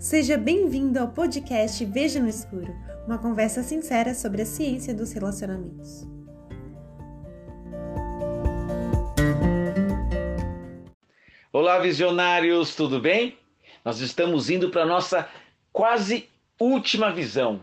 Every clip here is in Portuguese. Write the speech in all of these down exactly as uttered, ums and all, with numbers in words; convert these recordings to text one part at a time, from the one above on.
Seja bem-vindo ao podcast Veja no Escuro, uma conversa sincera sobre a ciência dos relacionamentos. Olá, visionários, tudo bem? Nós estamos indo para a nossa quase última visão.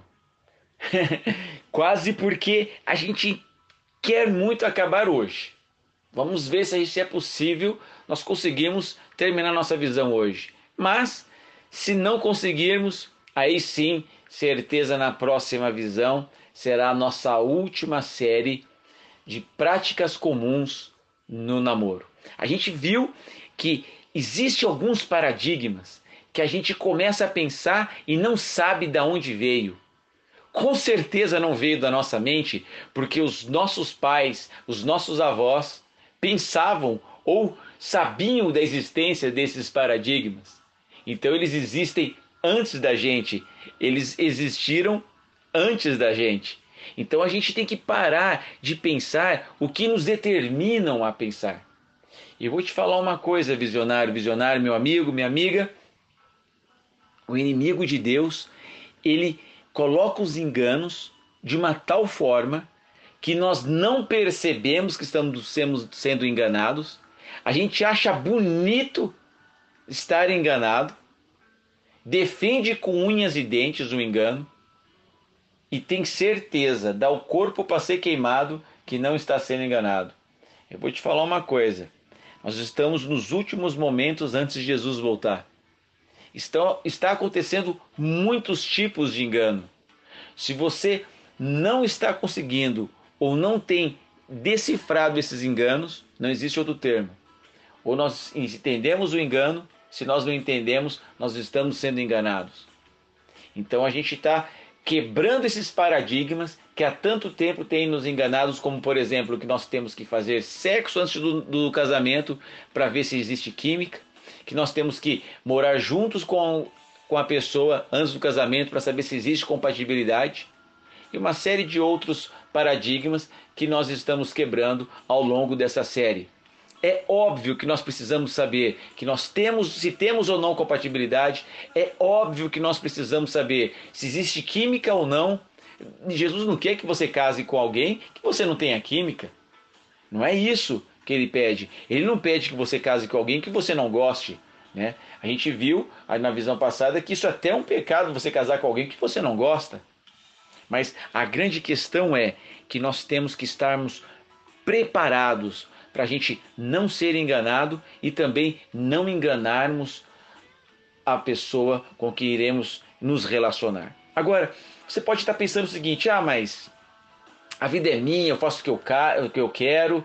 Quase porque a gente quer muito acabar hoje. Vamos ver se, se é possível nós conseguirmos terminar nossa visão hoje. Mas, se não conseguirmos, aí sim, certeza na próxima visão será a nossa última série de práticas comuns no namoro. A gente viu que existem alguns paradigmas que a gente começa a pensar e não sabe de onde veio. Com certeza não veio da nossa mente, porque os nossos pais, os nossos avós pensavam ou sabiam da existência desses paradigmas. Então eles existem antes da gente, eles existiram antes da gente. Então a gente tem que parar de pensar o que nos determinam a pensar. E eu vou te falar uma coisa, visionário, visionário, meu amigo, minha amiga. O inimigo de Deus, ele coloca os enganos de uma tal forma que nós não percebemos que estamos sendo enganados. A gente acha bonito estar enganado, defende com unhas e dentes o engano e tem certeza, dá o corpo para ser queimado, que não está sendo enganado. Eu vou te falar uma coisa, nós estamos nos últimos momentos antes de Jesus voltar. Está, está acontecendo muitos tipos de engano. Se você não está conseguindo ou não tem decifrado esses enganos, não existe outro termo. Ou nós entendemos o engano, se nós não entendemos, nós estamos sendo enganados. Então a gente está quebrando esses paradigmas que há tanto tempo têm nos enganados, como por exemplo, que nós temos que fazer sexo antes do, do casamento para ver se existe química, que nós temos que morar juntos com, com a pessoa antes do casamento para saber se existe compatibilidade, e uma série de outros paradigmas que nós estamos quebrando ao longo dessa série. É óbvio que nós precisamos saber que nós temos, se temos ou não compatibilidade. É óbvio que nós precisamos saber se existe química ou não. Jesus não quer que você case com alguém que você não tenha química. Não é isso que ele pede. Ele não pede que você case com alguém que você não goste, né? A gente viu aí na visão passada que isso até é um pecado, você casar com alguém que você não gosta. Mas a grande questão é que nós temos que estarmos preparados para a gente não ser enganado e também não enganarmos a pessoa com que iremos nos relacionar. Agora, você pode estar pensando o seguinte: ah, mas a vida é minha, eu faço o que eu, o que eu quero,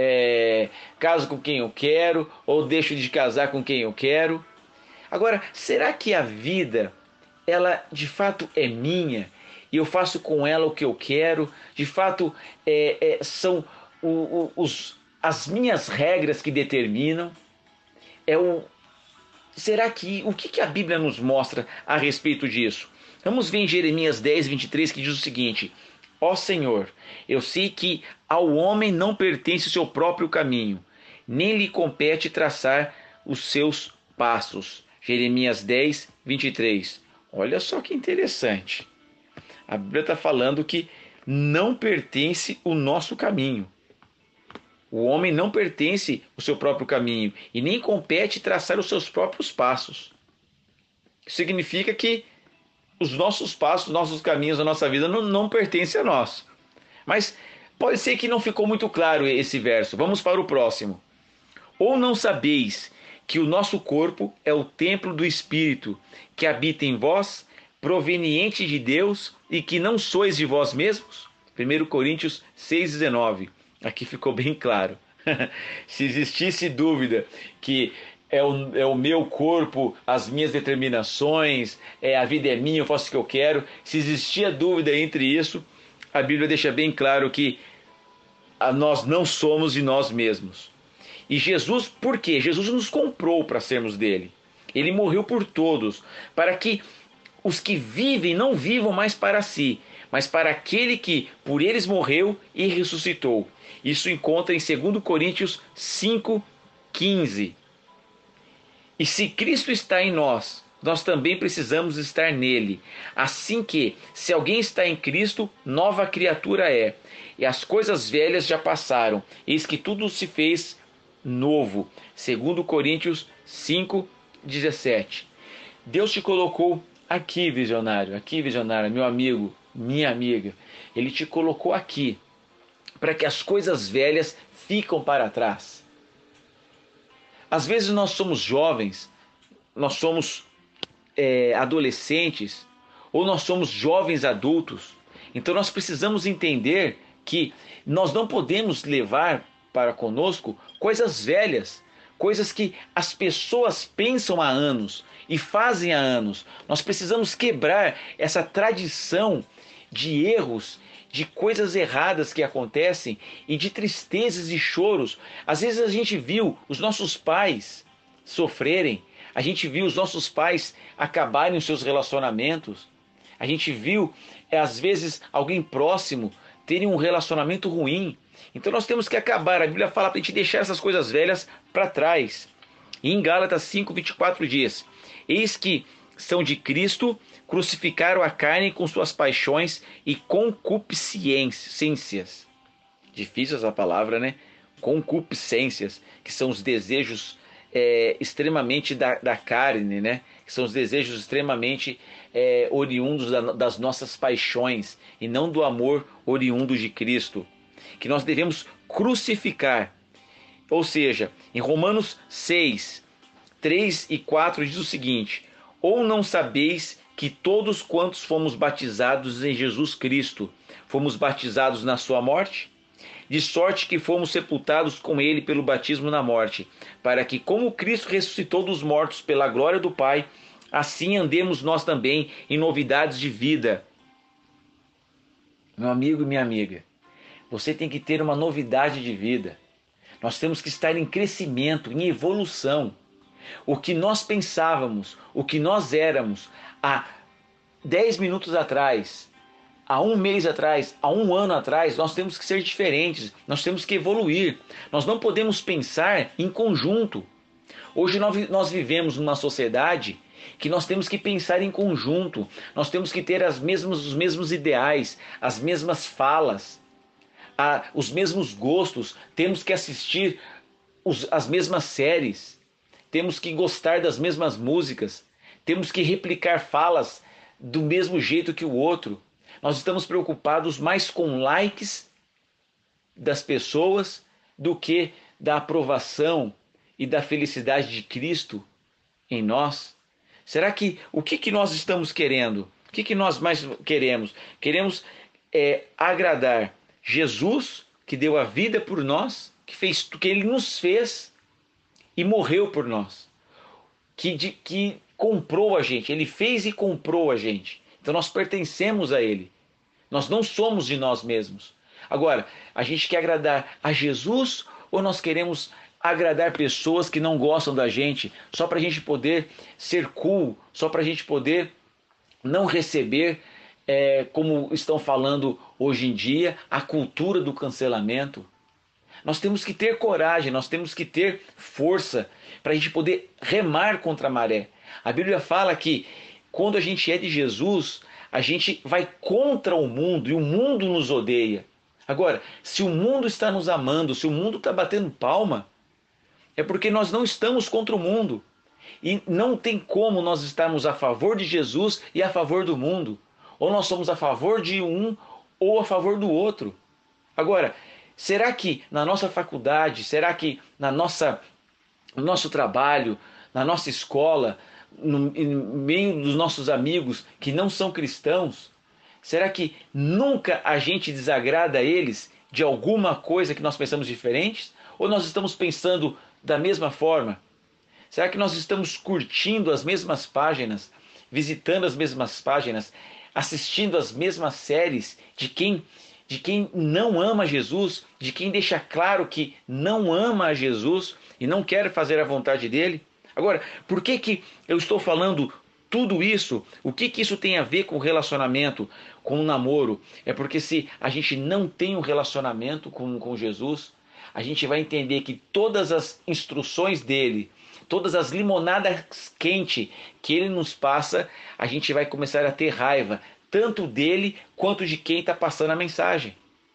é, caso com quem eu quero, ou deixo de casar com quem eu quero. Agora, será que a vida, ela de fato é minha e eu faço com ela o que eu quero? De fato, é, é, são o, o, os as minhas regras que determinam? É o... Será que... O que, que a Bíblia nos mostra a respeito disso? Vamos ver em Jeremias dez, vinte e três, que diz o seguinte: ó Senhor, eu sei que ao homem não pertence o seu próprio caminho, nem lhe compete traçar os seus passos. Jeremias dez, vinte e três. Olha só que interessante. A Bíblia está falando que não pertence o nosso caminho. O homem não pertence o seu próprio caminho e nem compete traçar os seus próprios passos. Isso significa que os nossos passos, os nossos caminhos, a nossa vida não, não pertencem a nós. Mas pode ser que não ficou muito claro esse verso. Vamos para o próximo. Ou não sabeis que o nosso corpo é o templo do Espírito que habita em vós, proveniente de Deus, e que não sois de vós mesmos? primeira Coríntios seis, dezenove. Aqui ficou bem claro. Se existisse dúvida que é o, é o meu corpo, as minhas determinações, é, a vida é minha, eu faço o que eu quero. Se existia dúvida entre isso, a Bíblia deixa bem claro que a, nós não somos de nós mesmos. E Jesus, por quê? Jesus nos comprou para sermos dele. Ele morreu por todos, para que os que vivem não vivam mais para si, mas para aquele que por eles morreu e ressuscitou. Isso encontra em dois Coríntios cinco, quinze. E se Cristo está em nós, nós também precisamos estar nele. Assim que, se alguém está em Cristo, nova criatura é. E as coisas velhas já passaram, eis que tudo se fez novo. Segundo Coríntios cinco, dezessete. Deus te colocou aqui, visionário, aqui, visionária, meu amigo, minha amiga. Ele te colocou aqui para que as coisas velhas ficam para trás. Às vezes nós somos jovens, nós somos é, adolescentes, ou nós somos jovens adultos. Então nós precisamos entender que nós não podemos levar para conosco coisas velhas, coisas que as pessoas pensam há anos e fazem há anos. Nós precisamos quebrar essa tradição de erros, de coisas erradas que acontecem e de tristezas e choros. Às vezes a gente viu os nossos pais sofrerem, a gente viu os nossos pais acabarem os seus relacionamentos, a gente viu, às vezes, alguém próximo terem um relacionamento ruim. Então nós temos que acabar. A Bíblia fala para a gente deixar essas coisas velhas para trás. E em Gálatas cinco, vinte e quatro diz: eis que são de Cristo, crucificaram a carne com suas paixões e concupiscências. Difícil essa palavra, né? Concupiscências, que são os desejos é, extremamente da, da carne, né? Que são os desejos extremamente é, oriundos da, das nossas paixões e não do amor oriundo de Cristo. Que nós devemos crucificar. Ou seja, em Romanos seis, três e quatro diz o seguinte: ou não sabeis que todos quantos fomos batizados em Jesus Cristo, fomos batizados na sua morte? De sorte que fomos sepultados com ele pelo batismo na morte, para que, como Cristo ressuscitou dos mortos pela glória do Pai, assim andemos nós também em novidades de vida. Meu amigo e minha amiga, você tem que ter uma novidade de vida. Nós temos que estar em crescimento, em evolução. O que nós pensávamos, o que nós éramos há dez minutos atrás, há um mês atrás, há um ano atrás, nós temos que ser diferentes, nós temos que evoluir. Nós não podemos pensar em conjunto. Hoje nós vivemos numa sociedade que nós temos que pensar em conjunto, nós temos que ter as mesmas, os mesmos ideais, as mesmas falas, a, os mesmos gostos, temos que assistir os, as mesmas séries, temos que gostar das mesmas músicas, temos que replicar falas do mesmo jeito que o outro. Nós estamos preocupados mais com likes das pessoas do que da aprovação e da felicidade de Cristo em nós. Será que o que, que nós estamos querendo? O que, que nós mais queremos? Queremos é, agradar Jesus, que deu a vida por nós, que fez o que ele nos fez e morreu por nós, que, de, que comprou a gente, ele fez e comprou a gente. Então nós pertencemos a ele. Nós não somos de nós mesmos. Agora, a gente quer agradar a Jesus ou nós queremos agradar pessoas que não gostam da gente só para a gente poder ser cool, só para a gente poder não receber, é, como estão falando hoje em dia, a cultura do cancelamento? Nós temos que ter coragem, nós temos que ter força para a gente poder remar contra a maré. A Bíblia fala que quando a gente é de Jesus, a gente vai contra o mundo e o mundo nos odeia. Agora, se o mundo está nos amando, se o mundo está batendo palma, é porque nós não estamos contra o mundo. E não tem como nós estarmos a favor de Jesus e a favor do mundo. Ou nós somos a favor de um ou a favor do outro. Agora, será que na nossa faculdade, será que na nossa, no nosso trabalho, na nossa escola, no, no meio dos nossos amigos que não são cristãos, será que nunca a gente desagrada a eles de alguma coisa que nós pensamos diferentes? Ou nós estamos pensando da mesma forma? Será que nós estamos curtindo as mesmas páginas, visitando as mesmas páginas, assistindo as mesmas séries de quem, de quem não ama Jesus, de quem deixa claro que não ama a Jesus e não quer fazer a vontade dele? Agora, por que que eu estou falando tudo isso? O que que isso tem a ver com relacionamento, com o namoro? É porque se a gente não tem um relacionamento com, com Jesus, a gente vai entender que todas as instruções dele, todas as limonadas quentes que ele nos passa, a gente vai começar a ter raiva, tanto dele quanto de quem está passando a mensagem.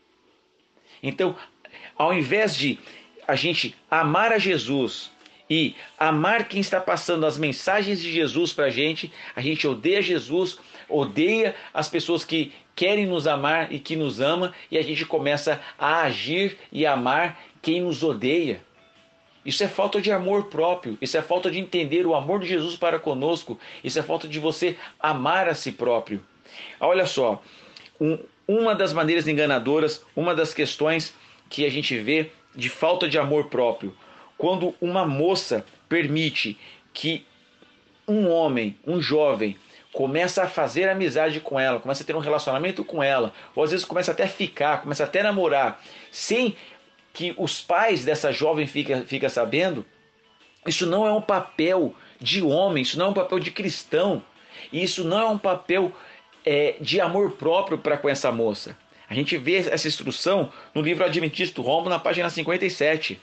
Então, ao invés de a gente amar a Jesus e amar quem está passando as mensagens de Jesus para a gente, a gente odeia Jesus, odeia as pessoas que querem nos amar e que nos ama, e a gente começa a agir e amar quem nos odeia. Isso é falta de amor próprio, isso é falta de entender o amor de Jesus para conosco, isso é falta de você amar a si próprio. Olha só, um, uma das maneiras enganadoras, uma das questões que a gente vê de falta de amor próprio, quando uma moça permite que um homem, um jovem, começa a fazer amizade com ela, começa a ter um relacionamento com ela, ou às vezes começa até a ficar, começa até a namorar, sem que os pais dessa jovem fiquem fica sabendo, isso não é um papel de homem, isso não é um papel de cristão, isso não é um papel é, de amor próprio para com essa moça. A gente vê essa instrução no livro Adventista do Rombo, na página cinquenta e sete.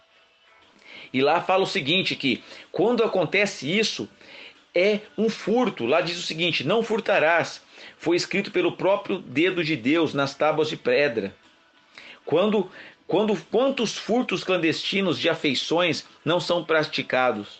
E lá fala o seguinte, que quando acontece isso, é um furto. Lá diz o seguinte: não furtarás. Foi escrito pelo próprio dedo de Deus nas tábuas de pedra. Quando, quando, quantos furtos clandestinos de afeições não são praticados?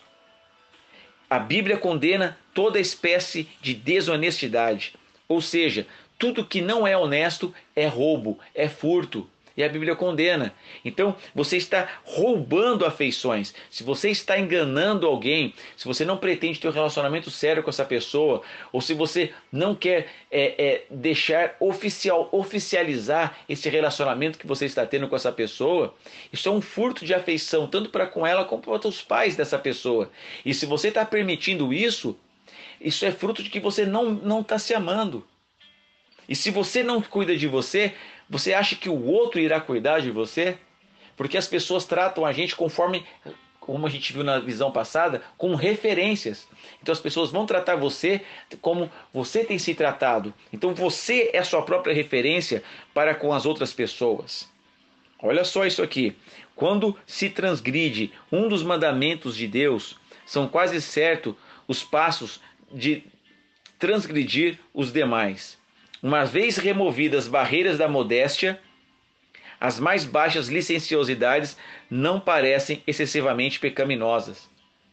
A Bíblia condena toda espécie de desonestidade. Ou seja, tudo que não é honesto é roubo, é furto. E a Bíblia condena. Então, você está roubando afeições. Se você está enganando alguém, se você não pretende ter um relacionamento sério com essa pessoa, ou se você não quer é, é, deixar oficial, oficializar esse relacionamento que você está tendo com essa pessoa, isso é um furto de afeição, tanto para com ela como para os pais dessa pessoa. E se você está permitindo isso, isso é fruto de que você não não está se amando. E se você não cuida de você, você acha que o outro irá cuidar de você? Porque as pessoas tratam a gente conforme, como a gente viu na visão passada, com referências. Então as pessoas vão tratar você como você tem se tratado. Então você é a sua própria referência para com as outras pessoas. Olha só isso aqui. Quando se transgride um dos mandamentos de Deus, são quase certos os passos de transgredir os demais. Uma vez removidas as barreiras da modéstia, as mais baixas licenciosidades não parecem excessivamente pecaminosas.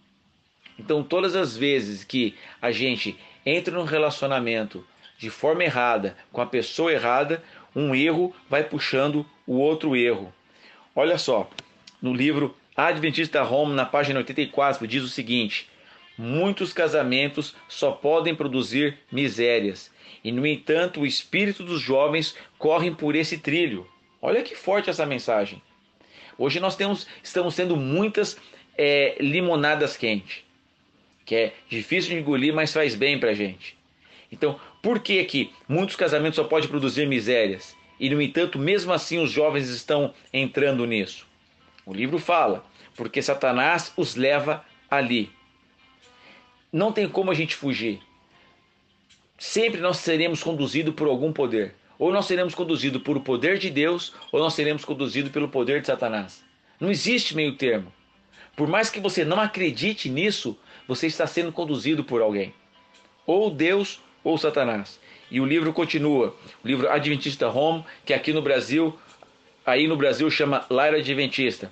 Então, todas as vezes que a gente entra num relacionamento de forma errada, com a pessoa errada, um erro vai puxando o outro erro. Olha só, no livro Adventista Home, na página oitenta e quatro, diz o seguinte: muitos casamentos só podem produzir misérias. E, no entanto, o espírito dos jovens corre por esse trilho. Olha que forte essa mensagem. Hoje nós temos, estamos tendo muitas é, limonadas quentes, que é difícil de engolir, mas faz bem para a gente. Então, por que que muitos casamentos só podem produzir misérias? E, no entanto, mesmo assim, os jovens estão entrando nisso. O livro fala, porque Satanás os leva ali. Não tem como a gente fugir. Sempre nós seremos conduzidos por algum poder. Ou nós seremos conduzidos por o poder de Deus, ou nós seremos conduzidos pelo poder de Satanás. Não existe meio termo. Por mais que você não acredite nisso, você está sendo conduzido por alguém. Ou Deus, ou Satanás. E o livro continua. O livro Adventista Home, que aqui no Brasil, aí no Brasil chama Lar Adventista.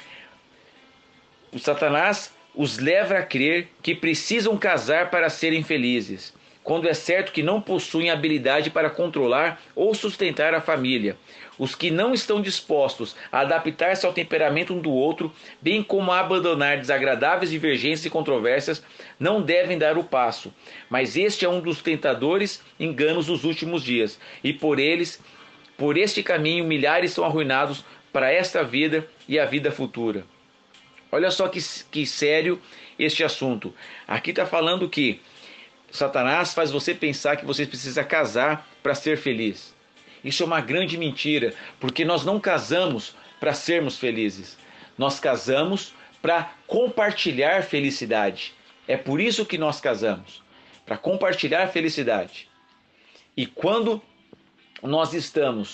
O Satanás os leva a crer que precisam casar para serem felizes, quando é certo que não possuem habilidade para controlar ou sustentar a família. Os que não estão dispostos a adaptar-se ao temperamento um do outro, bem como a abandonar desagradáveis divergências e controvérsias, não devem dar o passo. Mas este é um dos tentadores enganos dos últimos dias, e por eles, por este caminho, milhares são arruinados para esta vida e a vida futura. Olha só que, que sério este assunto. Aqui está falando que Satanás faz você pensar que você precisa casar para ser feliz. Isso é uma grande mentira, porque nós não casamos para sermos felizes. Nós casamos para compartilhar felicidade. É por isso que nós casamos, para compartilhar felicidade. E quando nós estamos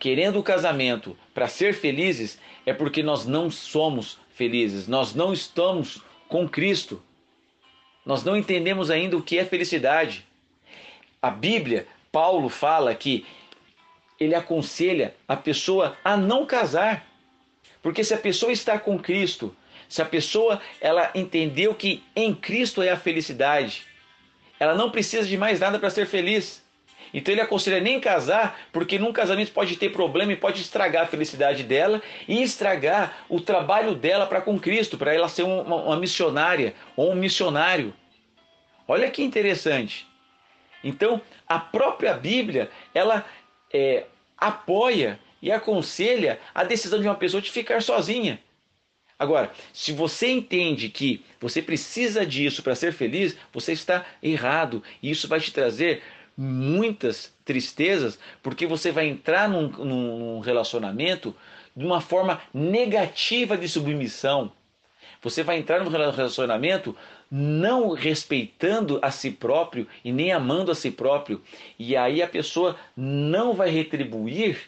querendo o casamento para ser felizes, é porque nós não somos felizes, nós não estamos com Cristo. Nós não entendemos ainda o que é felicidade. A Bíblia, Paulo fala que ele aconselha a pessoa a não casar. Porque se a pessoa está com Cristo, se a pessoa ela entendeu que em Cristo é a felicidade, ela não precisa de mais nada para ser feliz. Então ele aconselha nem casar, porque num casamento pode ter problema e pode estragar a felicidade dela e estragar o trabalho dela para com Cristo, para ela ser uma, uma missionária ou um missionário. Olha que interessante. Então a própria Bíblia, ela é, apoia e aconselha a decisão de uma pessoa de ficar sozinha. Agora, se você entende que você precisa disso para ser feliz, você está errado. E isso vai te trazer muitas tristezas, porque você vai entrar num, num relacionamento de uma forma negativa de submissão. Você vai entrar num relacionamento não respeitando a si próprio e nem amando a si próprio. E aí a pessoa não vai retribuir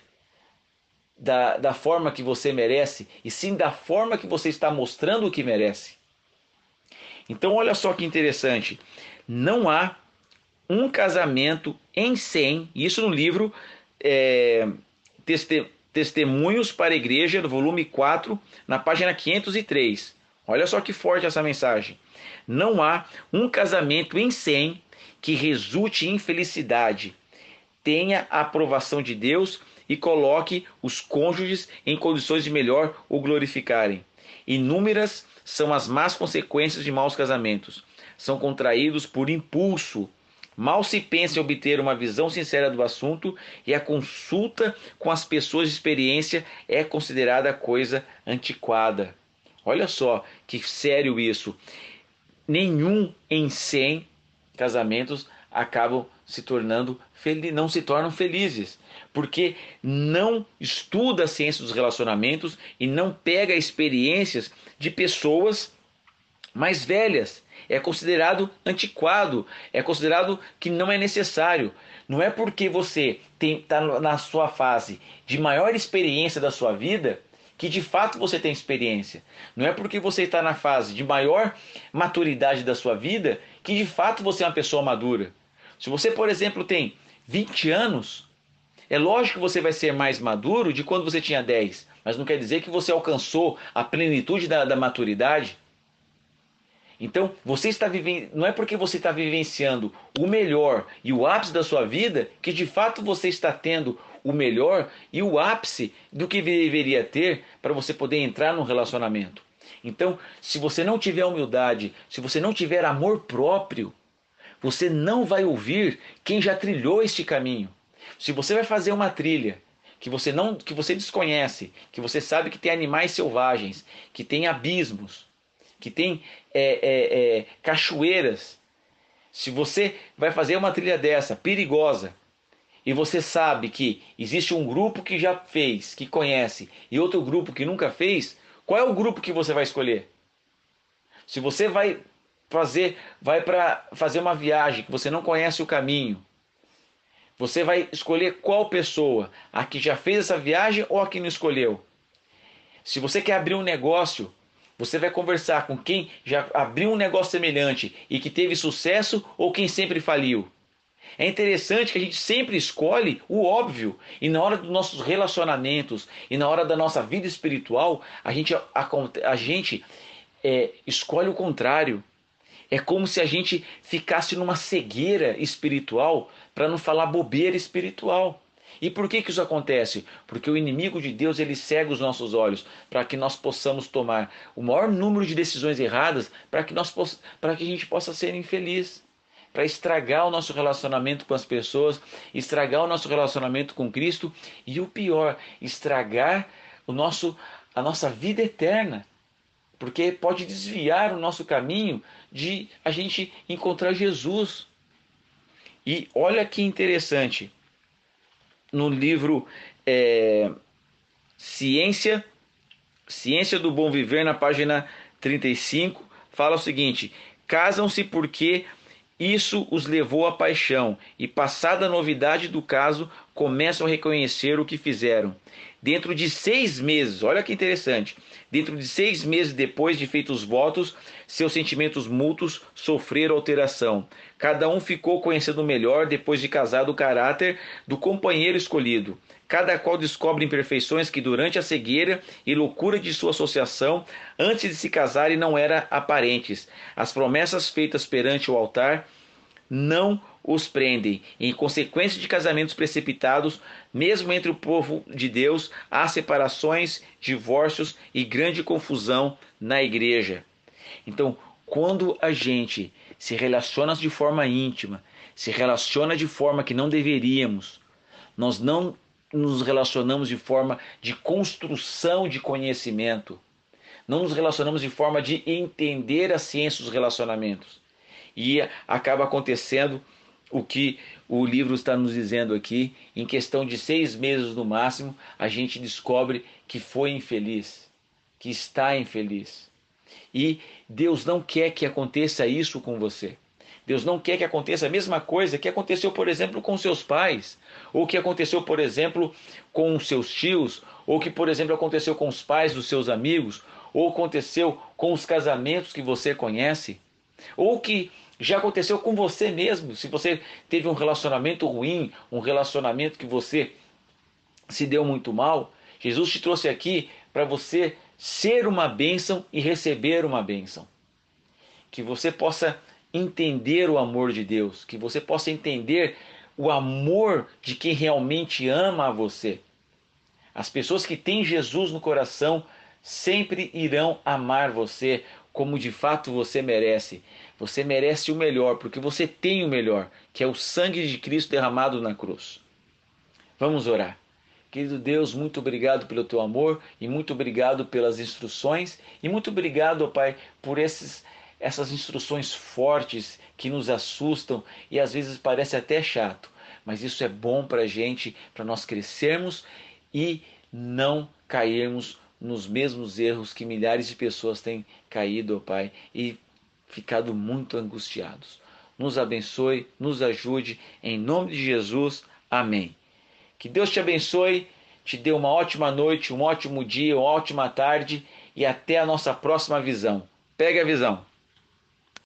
Da, da forma que você merece, e sim da forma que você está mostrando o que merece. Então olha só que interessante, não há um casamento em cem, isso no livro é, Teste, Testemunhos para a Igreja, no volume quatro, na página quinhentos e três. Olha só que forte essa mensagem. Não há um casamento em cem que resulte em felicidade, tenha a aprovação de Deus e coloque os cônjuges em condições de melhor o glorificarem. Inúmeras são as más consequências de maus casamentos. São contraídos por impulso. Mal se pensa em obter uma visão sincera do assunto e a consulta com as pessoas de experiência é considerada coisa antiquada. Olha só que sério isso. Nenhum em cem casamentos acabam se tornando felizes, não se tornam felizes, porque não estuda a ciência dos relacionamentos e não pega experiências de pessoas mais velhas. É considerado antiquado, é considerado que não é necessário. Não é porque você está na sua fase de maior experiência da sua vida que de fato você tem experiência. Não é porque você está na fase de maior maturidade da sua vida que de fato você é uma pessoa madura. Se você, por exemplo, tem vinte anos, é lógico que você vai ser mais maduro de quando você tinha dez, mas não quer dizer que você alcançou a plenitude da, da maturidade. Então, você está vivendo, não é porque você está vivenciando o melhor e o ápice da sua vida que de fato você está tendo o melhor e o ápice do que deveria ter para você poder entrar num relacionamento. Então, se você não tiver humildade, se você não tiver amor próprio, você não vai ouvir quem já trilhou este caminho. Se você vai fazer uma trilha que você não, que você desconhece, que você sabe que tem animais selvagens, que tem abismos, que tem é, é, é, cachoeiras, se você vai fazer uma trilha dessa, perigosa, e você sabe que existe um grupo que já fez, que conhece, e outro grupo que nunca fez, qual é o grupo que você vai escolher? Se você vai fazer, vai para fazer uma viagem que você não conhece o caminho, você vai escolher qual pessoa? A que já fez essa viagem ou a que não escolheu? Se você quer abrir um negócio, você vai conversar com quem já abriu um negócio semelhante e que teve sucesso ou quem sempre faliu? É interessante que a gente sempre escolhe o óbvio, e na hora dos nossos relacionamentos e na hora da nossa vida espiritual, a gente, a, a gente é, escolhe o contrário. É como se a gente ficasse numa cegueira espiritual para não falar bobeira espiritual. E por que que isso acontece? Porque o inimigo de Deus, ele cega os nossos olhos para que nós possamos tomar o maior número de decisões erradas para que, nós, para que a gente possa ser infeliz, para estragar o nosso relacionamento com as pessoas, estragar o nosso relacionamento com Cristo e o pior, estragar o nosso, a nossa vida eterna. Porque pode desviar o nosso caminho de a gente encontrar Jesus. E olha que interessante, no livro é, Ciência, Ciência do Bom Viver, na página trinta e cinco, fala o seguinte: casam-se porque Isso os levou à paixão e, passada a novidade do caso, começam a reconhecer o que fizeram. Dentro de seis meses, olha que interessante, dentro de seis meses depois de feitos os votos, seus sentimentos mútuos sofreram alteração. Cada um ficou conhecendo melhor, depois de casado, o caráter do companheiro escolhido. Cada qual descobre imperfeições que durante a cegueira e loucura de sua associação, antes de se casarem, não eram aparentes. As promessas feitas perante o altar não os prendem. Em consequência de casamentos precipitados, mesmo entre o povo de Deus, há separações, divórcios e grande confusão na igreja. Então, quando a gente se relaciona de forma íntima, se relaciona de forma que não deveríamos, nós não nos relacionamos de forma de construção de conhecimento, não nos relacionamos de forma de entender a ciência dos relacionamentos. E acaba acontecendo o que o livro está nos dizendo aqui. Em questão de seis meses no máximo, a gente descobre que foi infeliz, que está infeliz. E Deus não quer que aconteça isso com você. Deus não quer que aconteça a mesma coisa que aconteceu, por exemplo, com seus pais, ou que aconteceu, por exemplo, com seus tios, ou que, por exemplo, aconteceu com os pais dos seus amigos, ou aconteceu com os casamentos que você conhece, ou que já aconteceu com você mesmo. Se você teve um relacionamento ruim, um relacionamento que você se deu muito mal, Jesus te trouxe aqui para você ser uma bênção e receber uma bênção. Que você possa entender o amor de Deus, que você possa entender o amor de quem realmente ama a você. As pessoas que têm Jesus no coração sempre irão amar você como de fato você merece. Você merece o melhor, porque você tem o melhor, que é o sangue de Cristo derramado na cruz. Vamos orar. Querido Deus, muito obrigado pelo teu amor e muito obrigado pelas instruções e muito obrigado, ó Pai, por esses, essas instruções fortes que nos assustam e às vezes parece até chato, mas isso é bom para a gente, para nós crescermos e não cairmos nos mesmos erros que milhares de pessoas têm caído, ó Pai, e ficado muito angustiados. Nos abençoe, nos ajude, em nome de Jesus. Amém. Que Deus te abençoe, te dê uma ótima noite, um ótimo dia, uma ótima tarde e até a nossa próxima visão. Pegue a visão.